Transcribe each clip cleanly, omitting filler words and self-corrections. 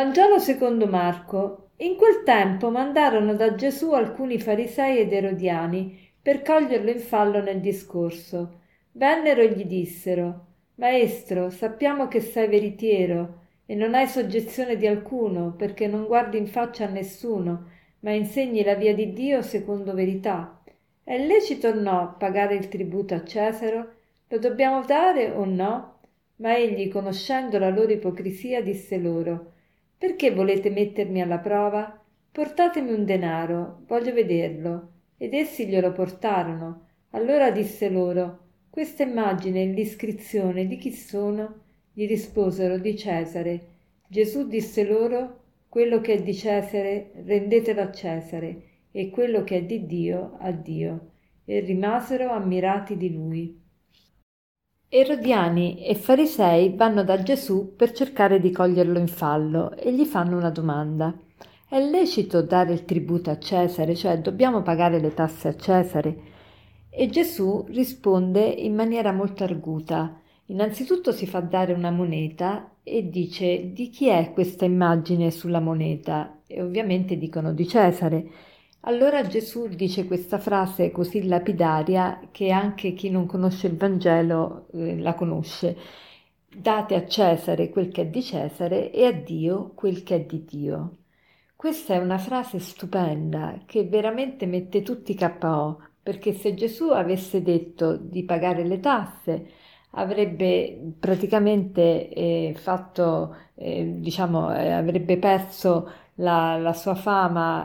Vangelo secondo Marco. In quel tempo mandarono da Gesù alcuni farisei ed erodiani per coglierlo in fallo nel discorso. Vennero e gli dissero: Maestro, sappiamo che sei veritiero e non hai soggezione di alcuno, perché non guardi in faccia a nessuno, ma insegni la via di Dio secondo verità. È lecito o no pagare il tributo a Cesare? Lo dobbiamo dare o no? Ma egli, conoscendo la loro ipocrisia, disse loro: Perché volete mettermi alla prova? Portatemi un denaro, voglio vederlo. Ed essi glielo portarono. Allora disse loro: Questa immagine e l'iscrizione di chi sono? Gli risposero: Di Cesare. Gesù disse loro: Quello che è di Cesare rendetelo a Cesare, e quello che è di Dio a Dio. E rimasero ammirati di lui. Erodiani e farisei vanno da Gesù per cercare di coglierlo in fallo e gli fanno una domanda. È lecito dare il tributo a Cesare, cioè dobbiamo pagare le tasse a Cesare? E Gesù risponde in maniera molto arguta. Innanzitutto si fa dare una moneta e dice: di chi è questa immagine sulla moneta? E ovviamente dicono di Cesare. Allora Gesù dice questa frase così lapidaria che anche chi non conosce il Vangelo la conosce. Date a Cesare quel che è di Cesare e a Dio quel che è di Dio. Questa è una frase stupenda che veramente mette tutti KO, perché se Gesù avesse detto di pagare le tasse, avrebbe praticamente avrebbe perso la sua fama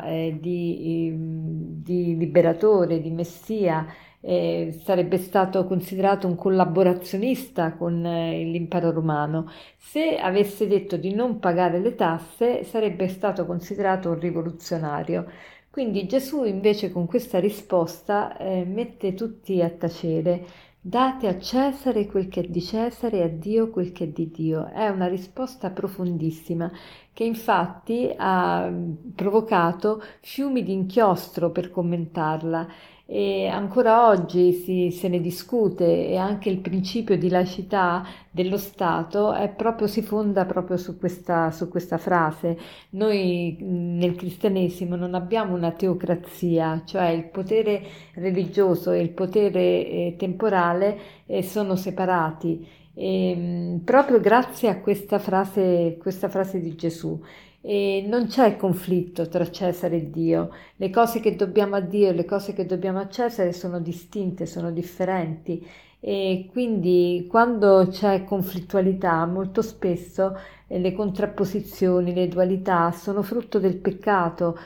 di liberatore, di messia, sarebbe stato considerato un collaborazionista con l'impero romano. Se avesse detto di non pagare le tasse, sarebbe stato considerato un rivoluzionario. Quindi Gesù invece con questa risposta mette tutti a tacere. Date a Cesare quel che è di Cesare e a Dio quel che è di Dio. È una risposta profondissima che infatti ha provocato fiumi di inchiostro per commentarla e ancora oggi se ne discute e anche il principio di laicità dello Stato si fonda proprio su questa frase. Noi nel cristianesimo non abbiamo una teocrazia, cioè il potere religioso e il potere temporale sono separati. Proprio grazie a questa frase di Gesù. E non c'è conflitto tra Cesare e Dio. Le cose che dobbiamo a Dio e le cose che dobbiamo a Cesare sono distinte, sono differenti. E quindi quando c'è conflittualità, molto spesso le contrapposizioni, le dualità sono frutto del peccato.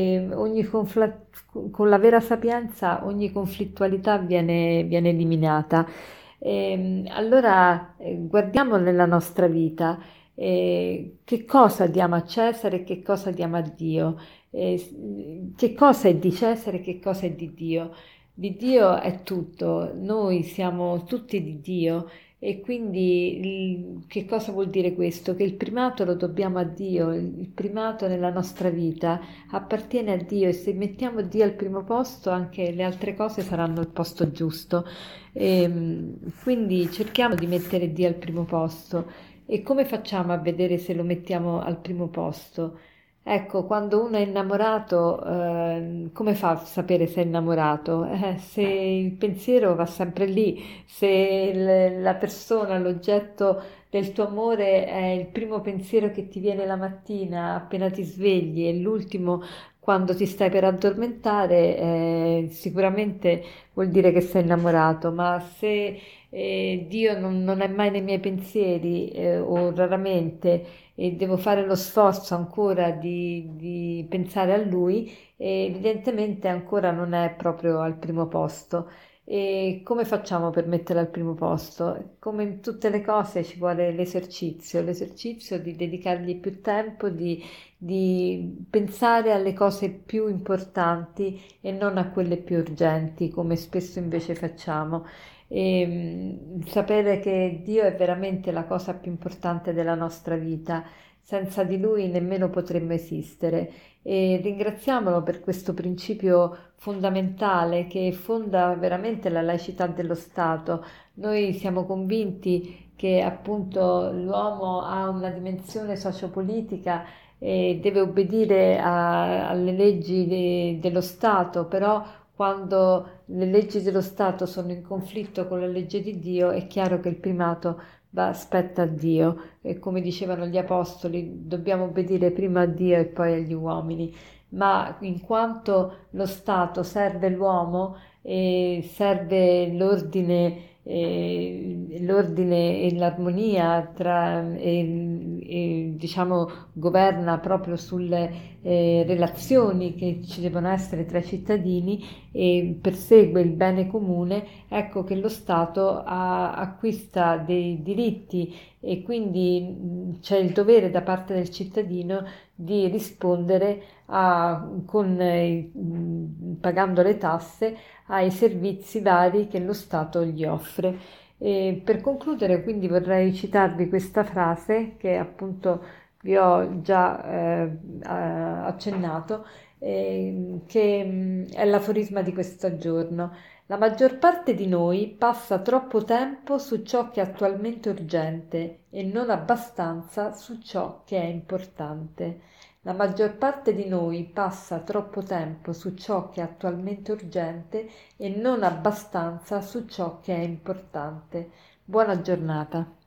Con la vera sapienza ogni conflittualità viene eliminata. Allora guardiamo nella nostra vita che cosa diamo a Cesare e che cosa diamo a Dio, che cosa è di Cesare e che cosa è di Dio. Di Dio è tutto, noi siamo tutti di Dio e quindi che cosa vuol dire questo? Che il primato lo dobbiamo a Dio, il primato nella nostra vita appartiene a Dio e se mettiamo Dio al primo posto anche le altre cose saranno al posto giusto. Quindi cerchiamo di mettere Dio al primo posto. E come facciamo a vedere se lo mettiamo al primo posto? Ecco, quando uno è innamorato, come fa a sapere se è innamorato? Se il pensiero va sempre lì, se la persona, l'oggetto del tuo amore è il primo pensiero che ti viene la mattina appena ti svegli e l'ultimo quando ti stai per addormentare, sicuramente vuol dire che sei innamorato, ma se Dio non è mai nei miei pensieri o raramente e devo fare lo sforzo ancora di pensare a Lui, evidentemente ancora non è proprio al primo posto. E come facciamo per metterla al primo posto? Come in tutte le cose ci vuole l'esercizio di dedicargli più tempo, di pensare alle cose più importanti e non a quelle più urgenti, come spesso invece facciamo. Sapere che Dio è veramente la cosa più importante della nostra vita, senza di Lui nemmeno potremmo esistere. E ringraziamolo per questo principio fondamentale che fonda veramente la laicità dello Stato. Noi siamo convinti che appunto l'uomo ha una dimensione sociopolitica e deve obbedire alle leggi dello Stato, però quando le leggi dello Stato sono in conflitto con la legge di Dio è chiaro che il primato spetta a Dio e come dicevano gli apostoli dobbiamo obbedire prima a Dio e poi agli uomini, ma in quanto lo Stato serve l'uomo e serve l'ordine e l'armonia diciamo governa proprio sulle relazioni che ci devono essere tra i cittadini e persegue il bene comune, ecco che lo Stato acquista dei diritti e quindi c'è il dovere da parte del cittadino di rispondere pagando le tasse ai servizi vari che lo Stato gli offre. E per concludere, quindi vorrei citarvi questa frase che appunto vi ho già accennato, che è l'aforisma di questo giorno. La maggior parte di noi passa troppo tempo su ciò che è attualmente urgente e non abbastanza su ciò che è importante. La maggior parte di noi passa troppo tempo su ciò che è attualmente urgente e non abbastanza su ciò che è importante. Buona giornata.